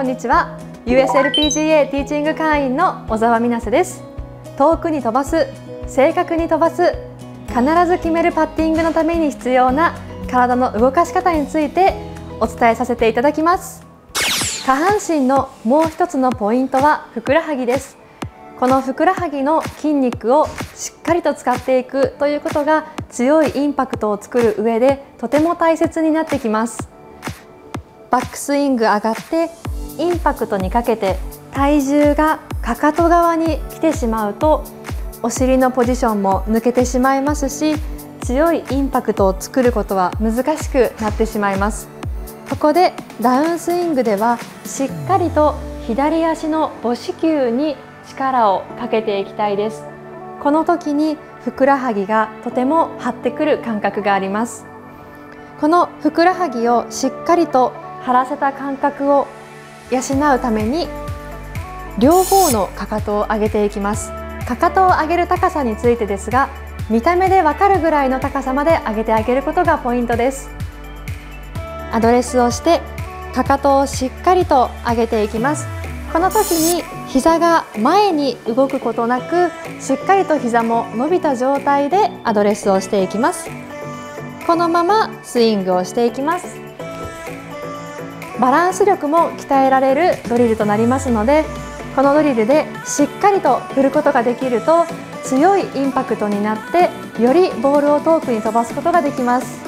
こんにちは。 USLPGA ティーチング会員の小澤美奈瀬です。遠くに飛ばす、正確に飛ばす、必ず決めるパッティングのために必要な体の動かし方についてお伝えさせていただきます。下半身のもう一つのポイントはふくらはぎです。このふくらはぎの筋肉をしっかりと使っていくということが強いインパクトを作る上でとても大切になってきます。バックスイング上がってインパクトにかけて体重がかかと側に来てしまうとお尻のポジションも抜けてしまいますし、強いインパクトを作ることは難しくなってしまいます。ここでダウンスイングではしっかりと左足の母子球に力をかけていきたいです。この時にふくらはぎがとても張ってくる感覚があります。このふくらはぎをしっかりと張らせた感覚を養うために両方のかかとを上げていきます。かかとを上げる高さについてですが、見た目でわかるぐらいの高さまで上げてあげることがポイントです。アドレスをしてかかとをしっかりと上げていきます。この時に膝が前に動くことなく、しっかりと膝も伸びた状態でアドレスをしていきます。このままスイングをしていきます。バランス力も鍛えられるドリルとなりますので、このドリルでしっかりと振ることができると強いインパクトになって、よりボールを遠くに飛ばすことができます。